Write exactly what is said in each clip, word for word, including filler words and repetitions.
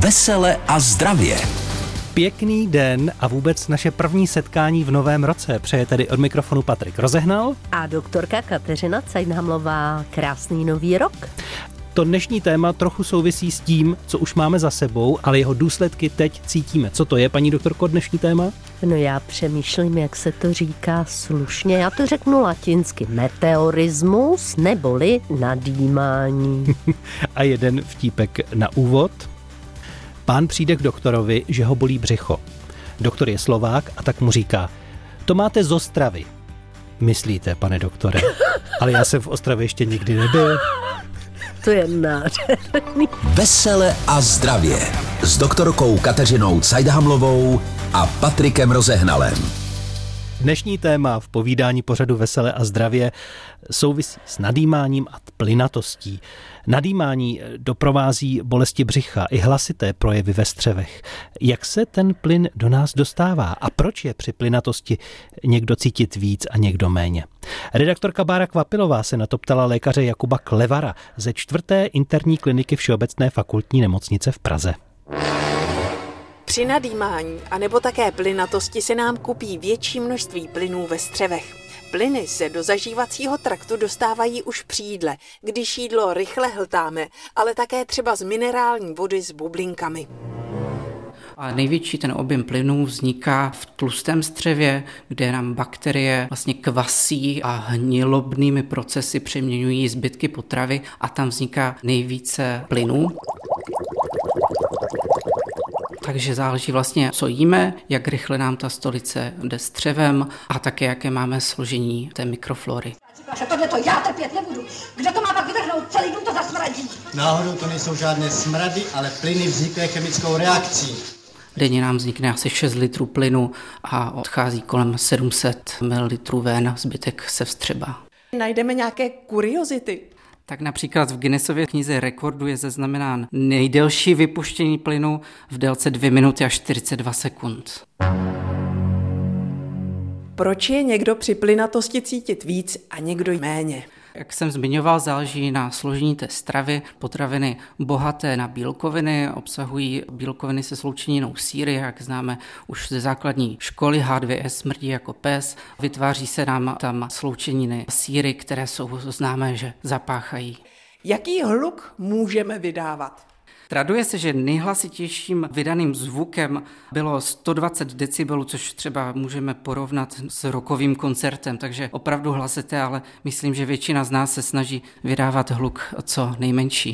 Vesele a zdravě. Pěkný den a vůbec naše první setkání v novém roce. Přeje tedy od mikrofonu Patrik Rozehnal a doktorka Kateřina Cajdhamlová. Krásný nový rok. To dnešní téma trochu souvisí s tím, co už máme za sebou, ale jeho důsledky teď cítíme. Co to je, paní doktorko, dnešní téma? No já přemýšlím, jak se to říká slušně. Já to řeknu latinsky. Meteorismus neboli nadýmání. A jeden vtípek na úvod. Pán přijde k doktorovi, že ho bolí břicho. Doktor je Slovák a tak mu říká: to máte z Ostravy. Myslíte, pane doktore? Ale já jsem v Ostravě ještě nikdy nebyl. To je nádherný. Vesele a zdravě s doktorkou Kateřinou Cajdhamlovou a Patrikem Rozehnalem. Dnešní téma v povídání pořadu Vesele a zdravě souvisí s nadýmáním a plynatostí. Nadýmání doprovází bolesti břicha i hlasité projevy ve střevech. Jak se ten plyn do nás dostává a proč je při plynatosti někdo cítit víc a někdo méně? Redaktorka Bára Kvapilová se na to ptala lékaře Jakuba Klevara ze čtvrté interní kliniky Všeobecné fakultní nemocnice v Praze. Při nadýmání anebo také plynatosti se nám kupí větší množství plynů ve střevech. Plyny se do zažívacího traktu dostávají už při jídle, když jídlo rychle hltáme, ale také třeba z minerální vody s bublinkami. A největší ten objem plynů vzniká v tlustém střevě, kde nám bakterie vlastně kvasí a hnilobnými procesy přeměňují zbytky potravy a tam vzniká nejvíce plynů. Takže záleží vlastně, co jíme, jak rychle nám ta stolice jde střevem a také, jaké máme složení té mikroflory. Tohle to já trpět nebudu. Kdo to má pak vydrhnout? Celý dům to zasmradí. Náhodou to nejsou žádné smrady, ale plyny vzniklé chemickou reakcí. Denně nám vznikne asi šest litrů plynu a odchází kolem sedm set mililitrů ven, zbytek se vstřebá. Najdeme nějaké kuriozity. Tak například v Guinnessově knize rekordů je zaznamenán nejdelší vypuštění plynu v délce dvě minuty a čtyřicet dva sekund. Proč je někdo při plynatosti cítit víc a někdo méně? Jak jsem zmiňoval, záleží na složení té stravy. Potraviny bohaté na bílkoviny obsahují bílkoviny se sloučeninou síry, jak známe už ze základní školy. H dvě S smrdí jako pes. Vytváří se nám tam sloučeniny síry, které jsou známé, že zapáchají. Jaký hluk můžeme vydávat? Traduje se, že nejhlasitějším vydaným zvukem bylo sto dvacet decibelů, což třeba můžeme porovnat s rockovým koncertem, takže opravdu hlasité, ale myslím, že většina z nás se snaží vydávat hluk co nejmenší.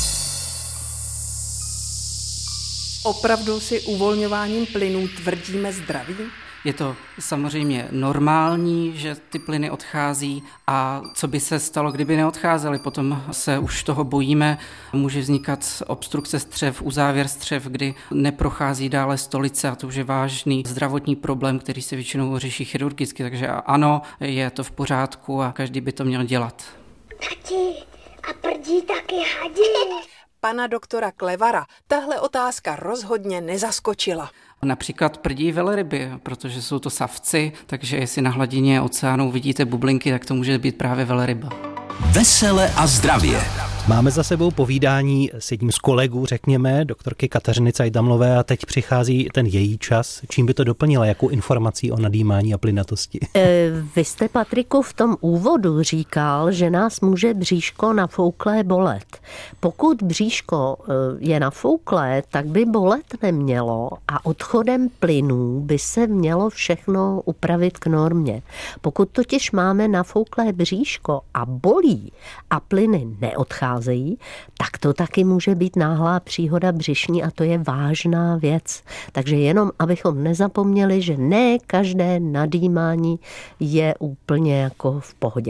Opravdu si uvolňováním plynů tvrdíme zdraví? Je to samozřejmě normální, že ty plyny odchází a co by se stalo, kdyby neodcházely, potom se už toho bojíme. Může vznikat obstrukce střev, uzávěr střev, kdy neprochází dále stolice a to už je vážný zdravotní problém, který se většinou řeší chirurgicky, takže ano, je to v pořádku a každý by to měl dělat. Tati, a prdí taky hadi. Pana doktora Klevara tahle otázka rozhodně nezaskočila. Například prdí velryby, protože jsou to savci, takže jestli na hladině oceánu vidíte bublinky, tak to může být právě velryba. Vesele a zdravě. Máme za sebou povídání s jedním z kolegů, řekněme, doktorky Kateřiny Cajdhamlové a teď přichází ten její čas. Čím by to doplnila, jakou informací o nadýmání a plynatosti? E, vy jste, Patriku, v tom úvodu říkal, že nás může bříško nafouklé bolet. Pokud bříško je nafouklé, tak by bolet nemělo a odchodem plynů by se mělo všechno upravit k normě. Pokud totiž máme nafouklé bříško a bolí a plyny neodcházejí, tak to taky může být náhlá příhoda břišní a to je vážná věc. Takže jenom, abychom nezapomněli, že ne každé nadýmání je úplně jako v pohodě.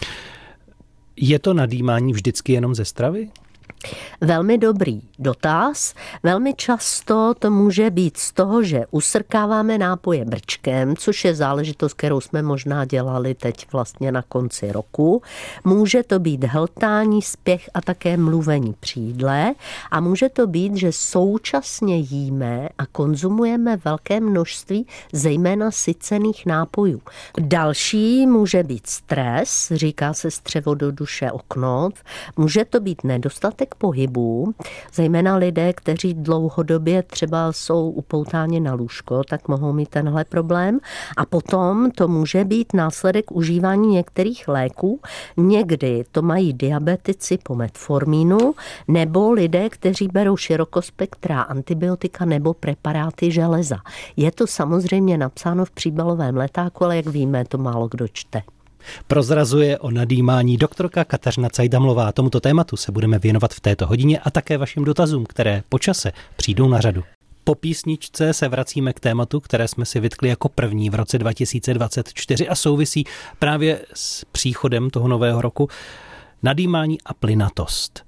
Je to nadýmání vždycky jenom ze stravy? Velmi dobrý dotaz. Velmi často to může být z toho, že usrkáváme nápoje brčkem, což je záležitost, kterou jsme možná dělali teď vlastně na konci roku. Může to být hltání, spěch a také mluvení při jídle. A může to být, že současně jíme a konzumujeme velké množství zejména sycených nápojů. Další může být stres, říká se střevo do duše okno. Může to být nedostatek nedostatek pohybu, zejména lidé, kteří dlouhodobě třeba jsou upoutáni na lůžko, tak mohou mít tenhle problém. A potom to může být následek užívání některých léků. Někdy to mají diabetici po metformínu, nebo lidé, kteří berou širokospektrá antibiotika nebo preparáty železa. Je to samozřejmě napsáno v příbalovém letáku, ale jak víme, to málo kdo čte. Prozrazuje o nadýmání doktorka Kateřina Cajdamlová. Tomuto tématu se budeme věnovat v této hodině a také vašim dotazům, které po čase přijdou na řadu. Po písničce se vracíme k tématu, které jsme si vytkli jako první v roce dva tisíce dvacet čtyři a souvisí právě s příchodem toho nového roku. Nadýmání a plynatost.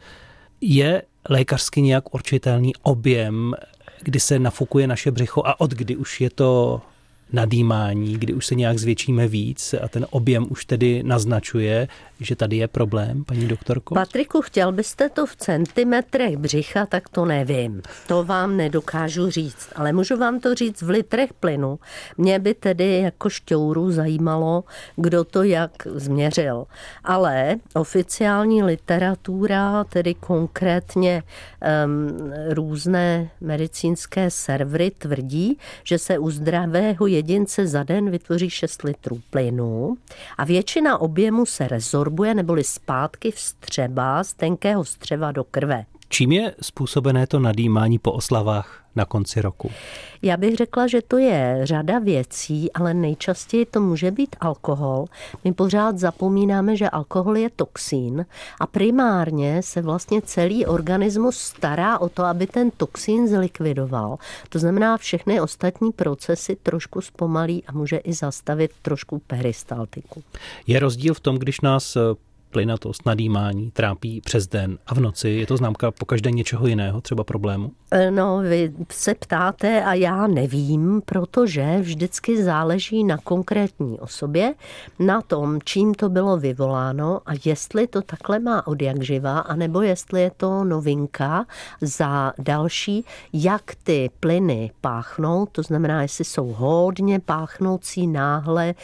Je lékařsky nějak určitelný objem, kdy se nafukuje naše břicho a od kdy už je to nadýmání, kdy už se nějak zvětšíme víc a ten objem už tedy naznačuje, že tady je problém, paní doktorko? Patriku, chtěl byste to v centimetrech břicha, tak to nevím. To vám nedokážu říct, ale můžu vám to říct v litrech plynu. Mě by tedy jako šťouru zajímalo, kdo to jak změřil. Ale oficiální literatura, tedy konkrétně um, různé medicínské servery tvrdí, že se u zdravého jedince za den vytvoří šest litrů plynu a většina objemu se rezorbuje neboli zpátky vstřebá z tenkého střeva do krve. Čím je způsobené to nadýmání po oslavách na konci roku? Já bych řekla, že to je řada věcí, ale nejčastěji to může být alkohol. My pořád zapomínáme, že alkohol je toxín a primárně se vlastně celý organismus stará o to, aby ten toxín zlikvidoval. To znamená, všechny ostatní procesy trošku zpomalí a může i zastavit trošku peristaltiku. Je rozdíl v tom, když nás plynatost, nadýmání trápí přes den a v noci? Je to známka pokaždé něčeho jiného, třeba problému? No, vy se ptáte a já nevím, protože vždycky záleží na konkrétní osobě, na tom, čím to bylo vyvoláno a jestli to takhle má od jak živá, anebo jestli je to novinka za další, jak ty plyny páchnou, to znamená, jestli jsou hodně páchnoucí náhle,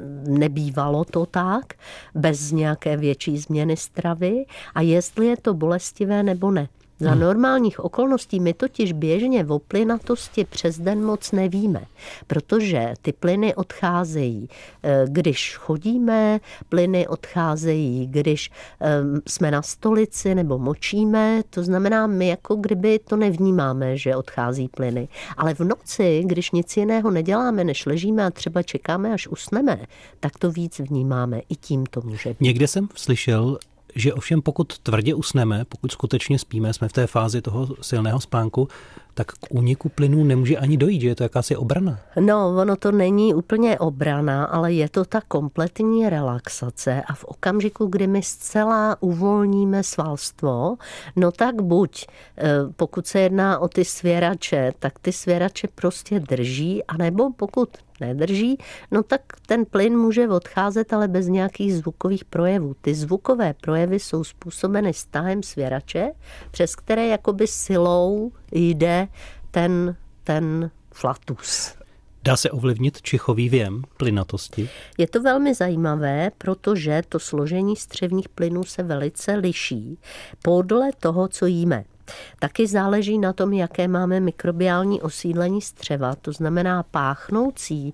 nebývalo to tak, bez nějaké větší změny stravy a jestli je to bolestivé nebo ne. Za normálních okolností my totiž běžně o plynatosti přes den moc nevíme, protože ty plyny odcházejí, když chodíme, plyny odcházejí, když jsme na stolici nebo močíme, to znamená, my jako kdyby to nevnímáme, že odchází plyny. Ale v noci, když nic jiného neděláme, než ležíme a třeba čekáme, až usneme, tak to víc vnímáme. I tím to může být. Někde jsem slyšel, že ovšem pokud tvrdě usneme, pokud skutečně spíme, jsme v té fázi toho silného spánku, tak k úniku plynů nemůže ani dojít, že je to jakási obrana. No, ono to není úplně obrana, ale je to ta kompletní relaxace a v okamžiku, kdy my zcela uvolníme svalstvo, no tak buď, pokud se jedná o ty svěrače, tak ty svěrače prostě drží, anebo pokud nedrží, no tak ten plyn může odcházet, ale bez nějakých zvukových projevů. Ty zvukové projevy jsou způsobeny stahem svěrače, přes které jakoby silou jde ten, ten flatus. Dá se ovlivnit čichový věm plynatosti? Je to velmi zajímavé, protože to složení střevních plynů se velice liší podle toho, co jíme. Taky záleží na tom, jaké máme mikrobiální osídlení střeva, to znamená páchnoucí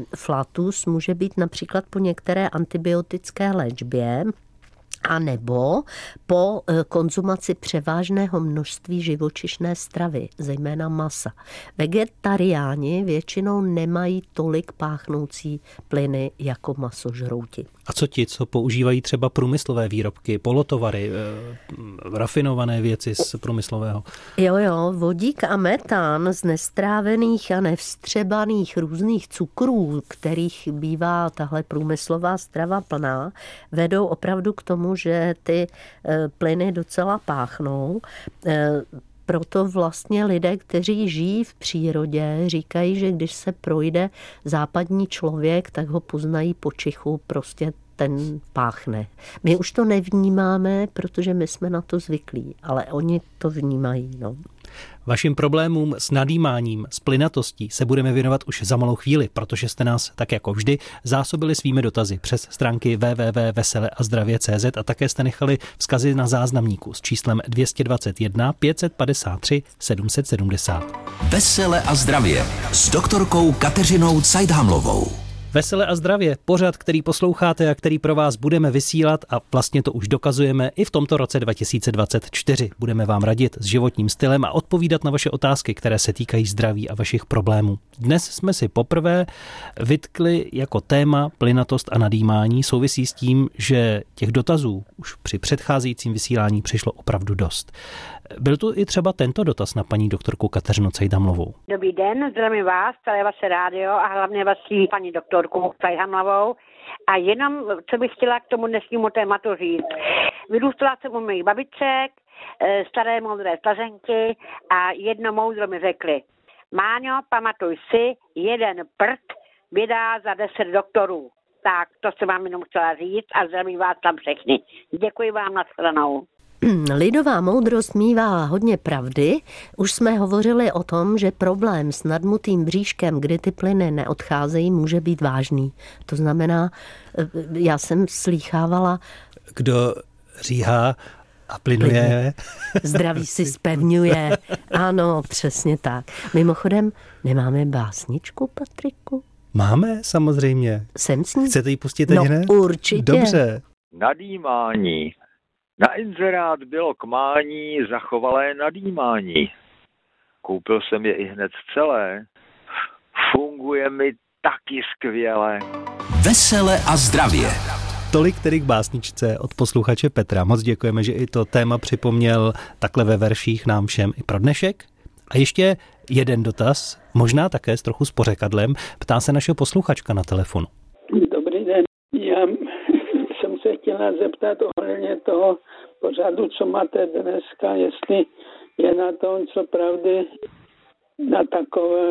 flatus může být například po některé antibiotické léčbě, a nebo po konzumaci převážného množství živočišné stravy, zejména masa. Vegetariáni většinou nemají tolik páchnoucí plyny jako masožrouti. A co ti, co používají třeba průmyslové výrobky, polotovary, rafinované věci z průmyslového? Jo, jo, vodík a metan z nestrávených a nevstřebaných různých cukrů, kterých bývá tahle průmyslová strava plná, vedou opravdu k tomu, že ty plyny docela páchnou. Proto vlastně lidé, kteří žijí v přírodě, říkají, že když se projde západní člověk, tak ho poznají po čichu, prostě ten páchne. My už to nevnímáme, protože my jsme na to zvyklí, ale oni to vnímají. No. Vašim problémům s nadýmáním, s plynatostí se budeme věnovat už za malou chvíli, protože jste nás, tak jako vždy, zásobili svými dotazy přes stránky w w w tečka vesele a zdravě tečka c z a také jste nechali vzkazy na záznamníku s číslem dvě stě dvacet jedna pět set padesát tři sedm set sedmdesát. Vesele a zdravě s doktorkou Kateřinou Cajdhamlovou. Vesele a zdravě, pořad, který posloucháte a který pro vás budeme vysílat a vlastně to už dokazujeme i v tomto roce dva tisíce dvacet čtyři. Budeme vám radit s životním stylem a odpovídat na vaše otázky, které se týkají zdraví a vašich problémů. Dnes jsme si poprvé vytkli jako téma plynatost a nadýmání. Souvisí s tím, že těch dotazů už při předcházejícím vysílání přišlo opravdu dost. Byl tu i třeba tento dotaz na paní doktorku Kateřinu Cajdhamlovou. Dobrý den, zdravím vás, celé vaše rádio a hlavně vaší paní doktorku Cajdhamlovou. A jenom, co bych chtěla k tomu dnešnímu tématu říct. Vyrůstala jsem u mých babiček, staré moudré stařenky a jedno moudro mi řekli. Máňo, pamatuj si, jeden prd vydá za deset doktorů. Tak, to jsem vám jenom chtěla říct a zdravím vás tam všechny. Děkuji vám, nashledanou. Lidová moudrost mívá hodně pravdy. Už jsme hovořili o tom, že problém s nadmutým bříškem, kdy ty plyny neodcházejí, může být vážný. To znamená, já jsem slýchávala... Kdo říhá a plynuje... Zdraví si zpevňuje. Ano, přesně tak. Mimochodem, nemáme básničku, Patriku? Máme, samozřejmě. Jsem s ní? Chcete ji pustit no, hned? Určitě. Dobře. Nadýmání. Na inzerát bylo k mání zachovalé nadýmání. Koupil jsem je i hned celé. Funguje mi taky skvěle. Vesele a zdravě. Tolik tedy k básničce od posluchače Petra. Moc děkujeme, že i to téma připomněl takhle ve verších nám všem i pro dnešek. A ještě jeden dotaz, možná také s trochu s pořekadlem, ptá se naše posluchačka na telefonu. Dobrý den, já jsem se chtěla zeptat ohledně toho pořadu, co máte dneska, jestli je na tom, co pravdy na takové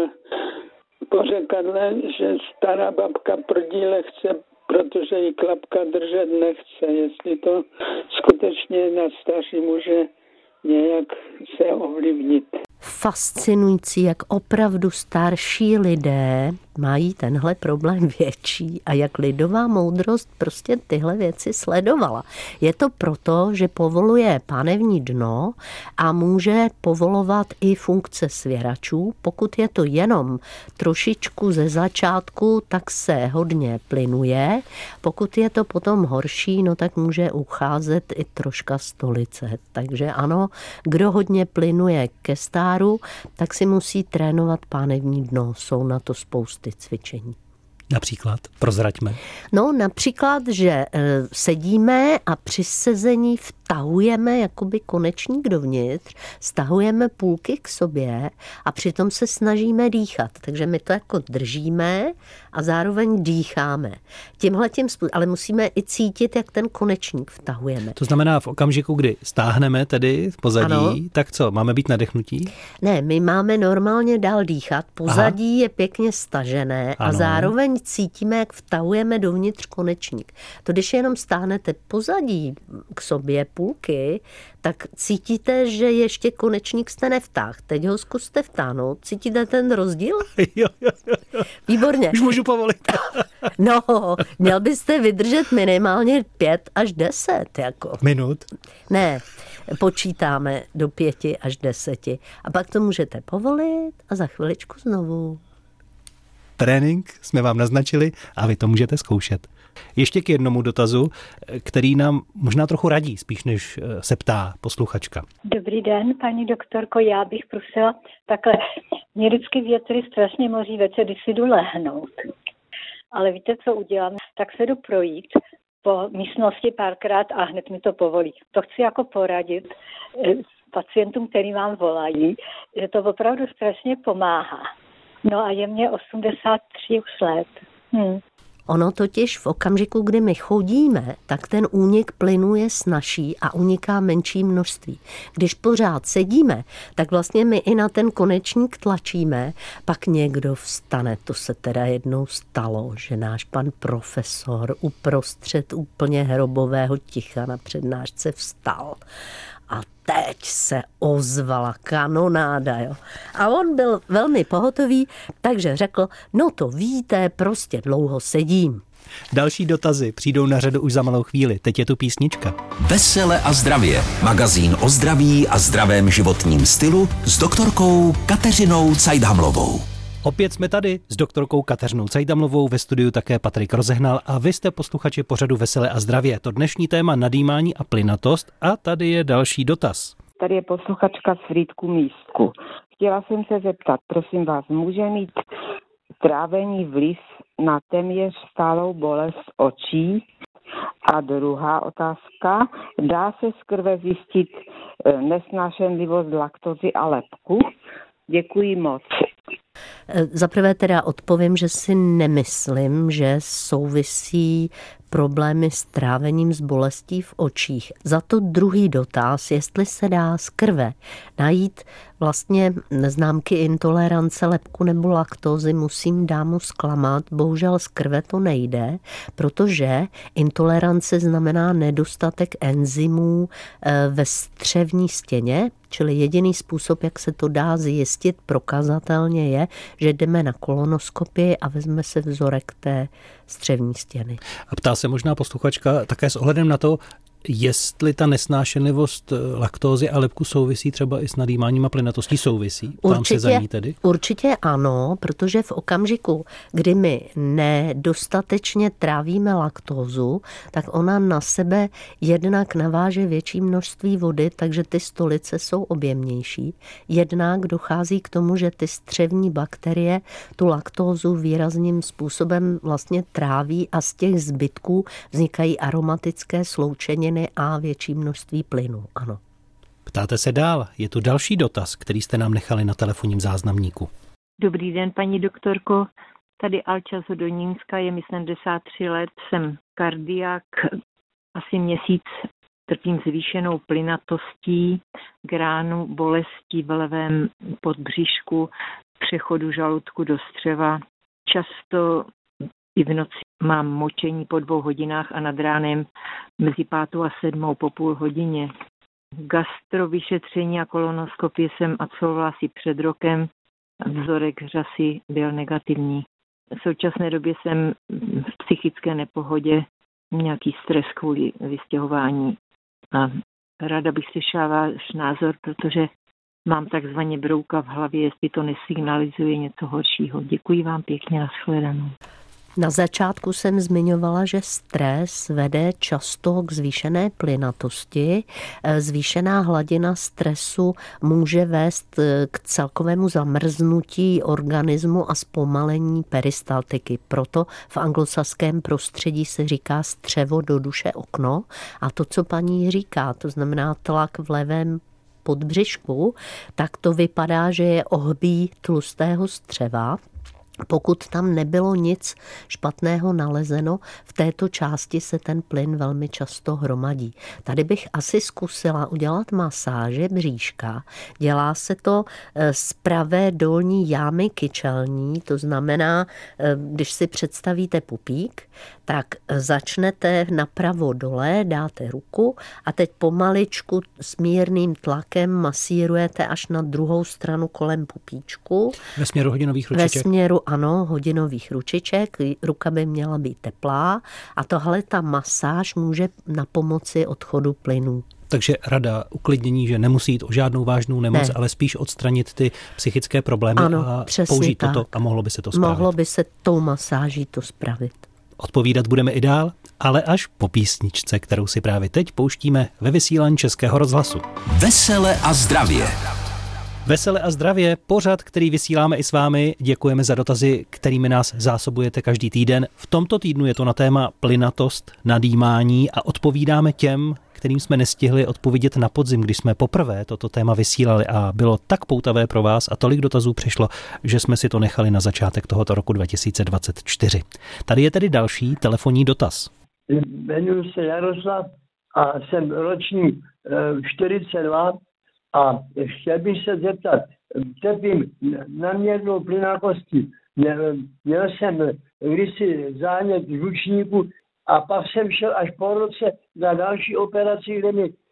pořekadle, že stará babka prdíle chce, protože ji klapka držet nechce, jestli to skutečně na staří může nějak se ovlivnit. Fascinující, jak opravdu starší lidé mají tenhle problém větší a jak lidová moudrost prostě tyhle věci sledovala. Je to proto, že povoluje pánevní dno a může povolovat i funkce svěračů. Pokud je to jenom trošičku ze začátku, tak se hodně plynuje. Pokud je to potom horší, no tak může ucházet i troška stolice. Takže ano, kdo hodně plynuje ke stáru, tak si musí trénovat pánevní dno. Jsou na to spousty cvičení. Například, prozraďme. No například, že e, sedíme a při sezení vtahujeme jakoby konečník dovnitř, stahujeme půlky k sobě a přitom se snažíme dýchat. Takže my to jako držíme a zároveň dýcháme. Tímhletím způsobem, ale musíme i cítit, jak ten konečník vtahujeme. To znamená v okamžiku, kdy stáhneme tedy v pozadí, ano. Tak co, máme být nadechnutí? Ne, my máme normálně dál dýchat, pozadí Aha. je pěkně stažené ano. a zároveň cítíme, jak vtahujeme dovnitř konečník. To, když jenom stáhnete pozadí k sobě půlky, tak cítíte, že ještě konečník jste nevtáhl. Teď ho zkuste vtáhnout. Cítíte ten rozdíl? Jo, jo, jo. Výborně. Už můžu povolit. No, měl byste vydržet minimálně pět až deset. Jako. Minut? Ne, počítáme do pěti až deseti. A pak to můžete povolit a za chviličku znovu. Trénink jsme vám naznačili a vy to můžete zkoušet. Ještě k jednomu dotazu, který nám možná trochu radí, spíš než se ptá posluchačka. Dobrý den, paní doktorko, já bych prosila takhle. Mě vždycky větry strašně moří večer, když si jdu lehnout. Ale víte, co udělám? Tak se jdu projít po místnosti párkrát a hned mi to povolí. To chci jako poradit pacientům, který vám volají, že to opravdu strašně pomáhá. No a je mě osmdesát tři už let. Hm. Ono totiž v okamžiku, kdy my chodíme, tak ten únik plynu je snazší a uniká menší množství. Když pořád sedíme, tak vlastně my i na ten konečník tlačíme, pak někdo vstane. To se teda jednou stalo, že náš pan profesor uprostřed úplně hrobového ticha na přednášce vstal A teď se ozvala kanonáda, jo. A on byl velmi pohotový, takže řekl, no to víte, prostě dlouho sedím. Další dotazy přijdou na řadu už za malou chvíli. Teď je tu písnička. Vesele a zdravě. Magazín o zdraví a zdravém životním stylu s doktorkou Kateřinou Cajdhamlovou. Opět jsme tady s doktorkou Kateřinou Cajdhamlovou, ve studiu také Patrik Rozehnal a vy jste posluchači pořadu Vesele a zdravě. To dnešní téma nadýmání a plynatost a tady je další dotaz. Tady je posluchačka z Frýdku Místku. Chtěla jsem se zeptat, prosím vás, může mít trávení vliv na téměř stálou bolest očí? A druhá otázka, dá se z krve zjistit nesnášenlivost laktózy a lepku? Děkuji moc. Zaprvé teda odpovím, že si nemyslím, že souvisí problémy s trávením s bolestí v očích. Za to druhý dotaz, jestli se dá z krve najít vlastně známky intolerance lepku nebo laktózy, musím dámu zklamat. Bohužel z krve to nejde, protože intolerance znamená nedostatek enzymů ve střevní stěně, čili jediný způsob, jak se to dá zjistit prokazatelně je, že jdeme na kolonoskopii a vezme se vzorek té střevní stěny. A ptá se možná posluchačka také s ohledem na to, jestli ta nesnášenlivost laktózy a lepku souvisí třeba i s nadýmáním a plynatostí souvisí? Ptám se za ní tedy. Určitě ano, protože v okamžiku, kdy my nedostatečně trávíme laktózu, tak ona na sebe jednak naváže větší množství vody, takže ty stolice jsou objemnější. Jednak dochází k tomu, že ty střevní bakterie tu laktózu výrazným způsobem vlastně tráví a z těch zbytků vznikají aromatické sloučeniny a větší množství plynu, ano. Ptáte se dál, je tu další dotaz, který jste nám nechali na telefonním záznamníku. Dobrý den, paní doktorko, tady Alča z Hodonínska, je mi sedmdesát tři let, jsem kardiak, asi měsíc trpím zvýšenou plynatostí, gránu, bolestí v levém podbříšku, přechodu žaludku do střeva. Často i v noci mám močení po dvou hodinách a nad ránem mezi pátou a sedmou po půl hodině. Gastrovyšetření a kolonoskopie jsem absolvovala asi před rokem. Vzorek řasy byl negativní. V současné době jsem v psychické nepohodě, nějaký stres kvůli vystěhování. A ráda bych slyšela váš názor, protože mám takzvaně brouka v hlavě, jestli to nesignalizuje něco horšího. Děkuji vám pěkně, nashledanou. Na začátku jsem zmiňovala, že stres vede často k zvýšené plynatosti. Zvýšená hladina stresu může vést k celkovému zamrznutí organismu a zpomalení peristaltiky. Proto v anglosaském prostředí se říká střevo do duše okno. A to, co paní říká, to znamená tlak v levém podbřišku, tak to vypadá, že je ohbí tlustého střeva. Pokud tam nebylo nic špatného nalezeno, v této části se ten plyn velmi často hromadí. Tady bych asi zkusila udělat masáže bříška. Dělá se to z pravé dolní jámy kyčelní, to znamená, když si představíte pupík, tak začnete napravo dole, dáte ruku a teď pomaličku s mírným tlakem masírujete až na druhou stranu kolem pupíčku. Ve směru hodinových ručiček? Ve směru, ano, hodinových ručiček. Ruka by měla být teplá a tohle ta masáž může na pomoci odchodu plynů. Takže rada uklidnění, že nemusí jít o žádnou vážnou nemoc, ne. ale spíš odstranit ty psychické problémy ano, a použít tak. toto a mohlo by se to spravit. Mohlo by se tou masáží to spravit. Odpovídat budeme i dál, ale až po písničce, kterou si právě teď pouštíme ve vysílání Českého rozhlasu. Vesele a zdravě. Vesele a zdravě, pořad, který vysíláme i s vámi. Děkujeme za dotazy, kterými nás zásobujete každý týden. V tomto týdnu je to na téma plynatost, nadýmání a odpovídáme těm, kterým jsme nestihli odpovědět na podzim, když jsme poprvé toto téma vysílali a bylo tak poutavé pro vás a tolik dotazů přišlo, že jsme si to nechali na začátek tohoto roku dva tisíce dvacet čtyři. Tady je tedy další telefonní dotaz. Jmenuji se Jaroslav a jsem ročník čtyřicet dva a chtěl bych se zeptat, trpím nadměrnou plynakostí. Měl jsem kdysi zánět žlučníku a pak jsem šel až po roce na další operaci, kde mi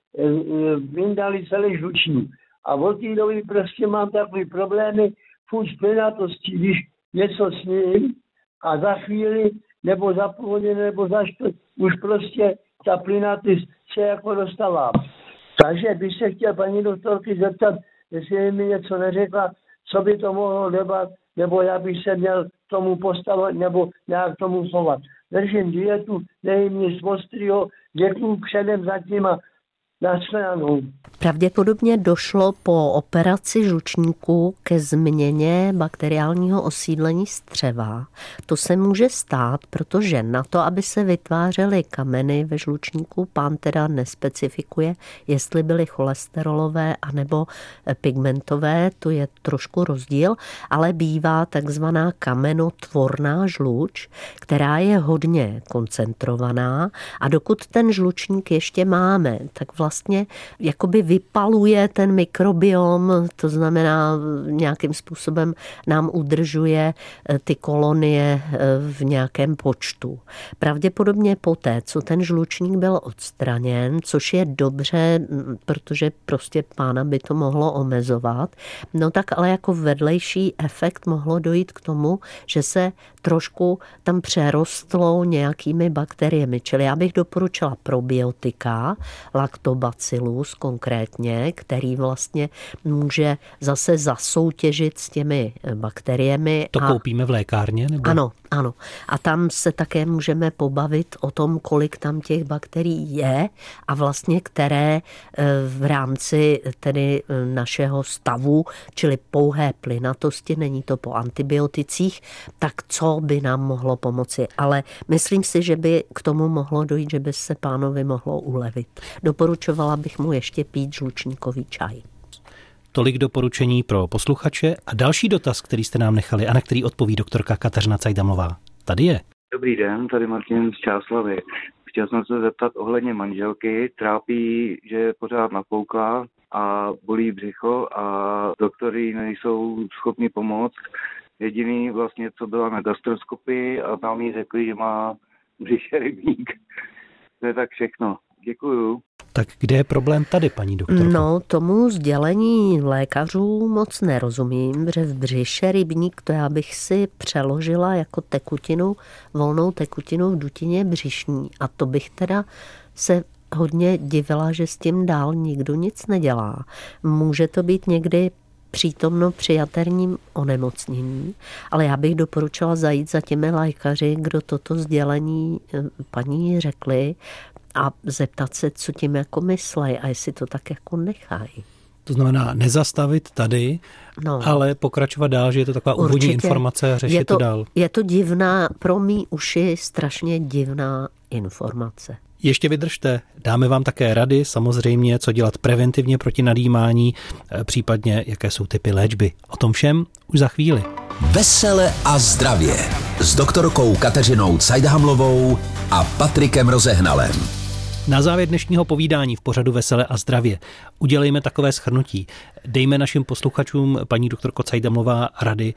vyndali celý žlučník. A od té doby prostě mám takový problémy furt s plynatostí, když něco sním a za chvíli, nebo za půl hodiny, nebo za čtvrt, už prostě ta plynatost se jako dostává. Takže bych se chtěl paní doktorky zeptat, jestli mi něco neřekla, co by to mohlo debat, nebo já bych se měl tomu postavit, nebo nějak tomu chovat. Držím dietu, nejím nic ostrýho, děkuju předem za tím a nashledanou. Pravděpodobně došlo po operaci žlučníku ke změně bakteriálního osídlení střeva. To se může stát, protože na to, aby se vytvářely kameny ve žlučníku, pán teda nespecifikuje, jestli byly cholesterolové anebo pigmentové, to je trošku rozdíl, ale bývá takzvaná kamenotvorná žluč, která je hodně koncentrovaná a dokud ten žlučník ještě máme, tak vlastně jakoby vypaluje ten mikrobiom, to znamená nějakým způsobem nám udržuje ty kolonie v nějakém počtu. Pravděpodobně poté, co ten žlučník byl odstraněn, což je dobře, protože prostě pána by to mohlo omezovat, no tak ale jako vedlejší efekt mohlo dojít k tomu, že se trošku tam přerostlo nějakými bakteriemi. Čili já bych doporučila probiotika, lactobacillus konkrétně, který vlastně může zase zasoutěžit s těmi bakteriemi. To a... koupíme v lékárně? Nebo? Ano, ano. A tam se také můžeme pobavit o tom, kolik tam těch bakterií je a vlastně které v rámci tedy našeho stavu, čili pouhé plynatosti, není to po antibioticích, tak co by nám mohlo pomoci. Ale myslím si, že by k tomu mohlo dojít, že by se pánovi mohlo ulevit. Doporučovala bych mu ještě pít žlučníkový čaj. Tolik doporučení pro posluchače a další dotaz, který jste nám nechali a na který odpoví doktorka Kateřina Cajdamlová. Tady je. Dobrý den, tady Martin z Čáslavy. Chtěl jsem se zeptat ohledně manželky. Trápí, že je pořád nafouklá a bolí břicho a doktory nejsou schopni pomoct. Jediný vlastně, co byla na gastroskopii a tam jí řekli, že má břiše rybník. To je tak všechno. Děkuju. Tak kde je problém tady, paní doktorko? No, tomu sdělení lékařů moc nerozumím, že v břiše rybník, to já bych si přeložila jako tekutinu, volnou tekutinu v dutině břišní. A to bych teda se hodně divila, že s tím dál nikdo nic nedělá. Může to být někdy přítomno při jaterním onemocnění, ale já bych doporučila zajít za těmi lékaři, kdo toto sdělení paní řekli a zeptat se, co tím jako myslej a jestli to tak jako nechají. To znamená nezastavit tady, no, ale pokračovat dál, že je to taková úvodní určitě informace a řešit to, to dál. Je to divná, pro mý uši strašně divná informace. Ještě vydržte, dáme vám také rady, samozřejmě, co dělat preventivně proti nadýmání, případně jaké jsou typy léčby. O tom všem už za chvíli. Vesele a zdravě s doktorkou Kateřinou Cajdhamlovou a Patrikem Rozehnalem. Na závěr dnešního povídání v pořadu Vesele a zdravě udělejme takové shrnutí. Dejme našim posluchačům, paní doktorko Cajdhamlová, rady,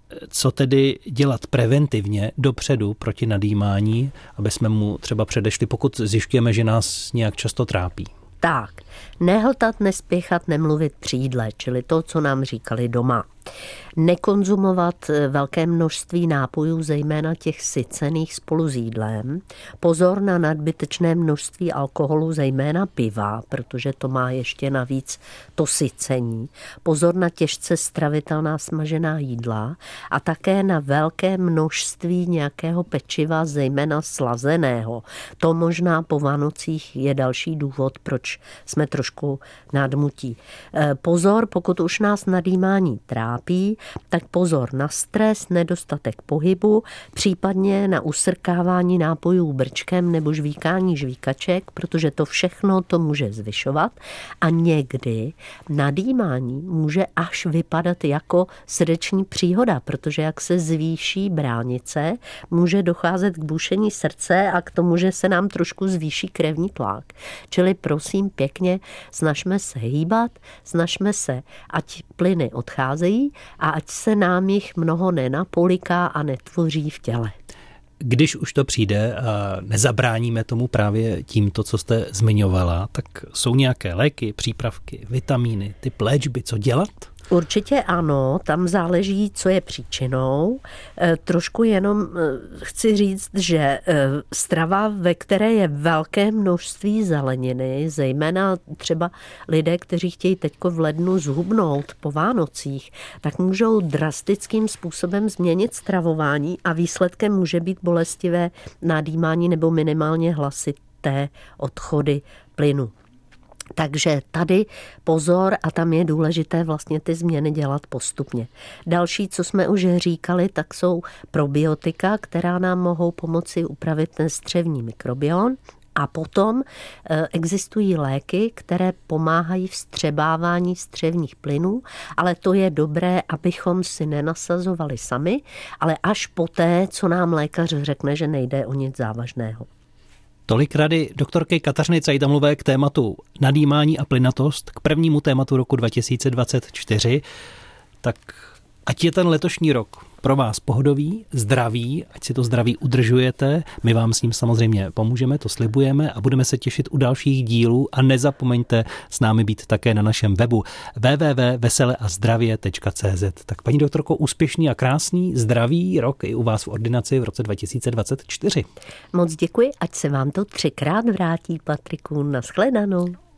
co tedy dělat preventivně dopředu proti nadýmání, aby jsme mu třeba předešli, pokud zjišťujeme, že nás nějak často trápí. Tak, nehltat, nespěchat, nemluvit při jídle, čili to, co nám říkali doma. Nekonzumovat velké množství nápojů, zejména těch sycených spolu s jídlem. Pozor na nadbytečné množství alkoholu, zejména piva, protože to má ještě navíc to sycení. Pozor na těžce stravitelná smažená jídla a také na velké množství nějakého pečiva, zejména slazeného. To možná po Vánocích je další důvod, proč jsme trošku nadmutí. Pozor, pokud už nás nadýmání trápí, tak pozor na stres, nedostatek pohybu, případně na usrkávání nápojů brčkem nebo žvíkání žvíkaček, protože to všechno to může zvyšovat a někdy nadýmání může až vypadat jako srdeční příhoda, protože jak se zvýší bránice, může docházet k bušení srdce a k tomu, že se nám trošku zvýší krevní tlak. Čili prosím pěkně, snažme se hýbat, snažme se, ať plyny odcházejí a ať se nám jich mnoho nenapoliká a netvoří v těle. když už to přijde a nezabráníme tomu právě tímto, co jste zmiňovala, tak jsou nějaké léky, přípravky, vitamíny, typ léčby, co dělat? Určitě ano, tam záleží, co je příčinou. E, trošku jenom e, chci říct, že e, strava, ve které je velké množství zeleniny, zejména třeba lidé, kteří chtějí teďko v lednu zhubnout po Vánocích, tak můžou drastickým způsobem změnit stravování a výsledkem může být bolestivé nadýmání nebo minimálně hlasité odchody plynu. Takže tady pozor a tam je důležité vlastně ty změny dělat postupně. Další, co jsme už říkali, tak jsou probiotika, která nám mohou pomoci upravit ten střevní mikrobiom. A potom existují léky, které pomáhají vstřebávání střevních plynů, ale to je dobré, abychom si nenasazovali sami, ale až poté, co nám lékař řekne, že nejde o nic závažného. Tolik rady doktorky Kateřiny Cajdamlové k tématu nadýmání a plynatost, k prvnímu tématu roku dva tisíce dvacet čtyři. Tak ať je ten letošní rok pro vás pohodový, zdravý, ať si to zdraví udržujete. My vám s ním samozřejmě pomůžeme, to slibujeme a budeme se těšit u dalších dílů a nezapomeňte s námi být také na našem webu w w w tečka vesele a zdravě tečka c z. Tak paní doktorko, úspěšný a krásný, zdravý rok i u vás v ordinaci v roce dva tisíce dvacet čtyři. Moc děkuji, ať se vám to třikrát vrátí, Patriku, nashledanou.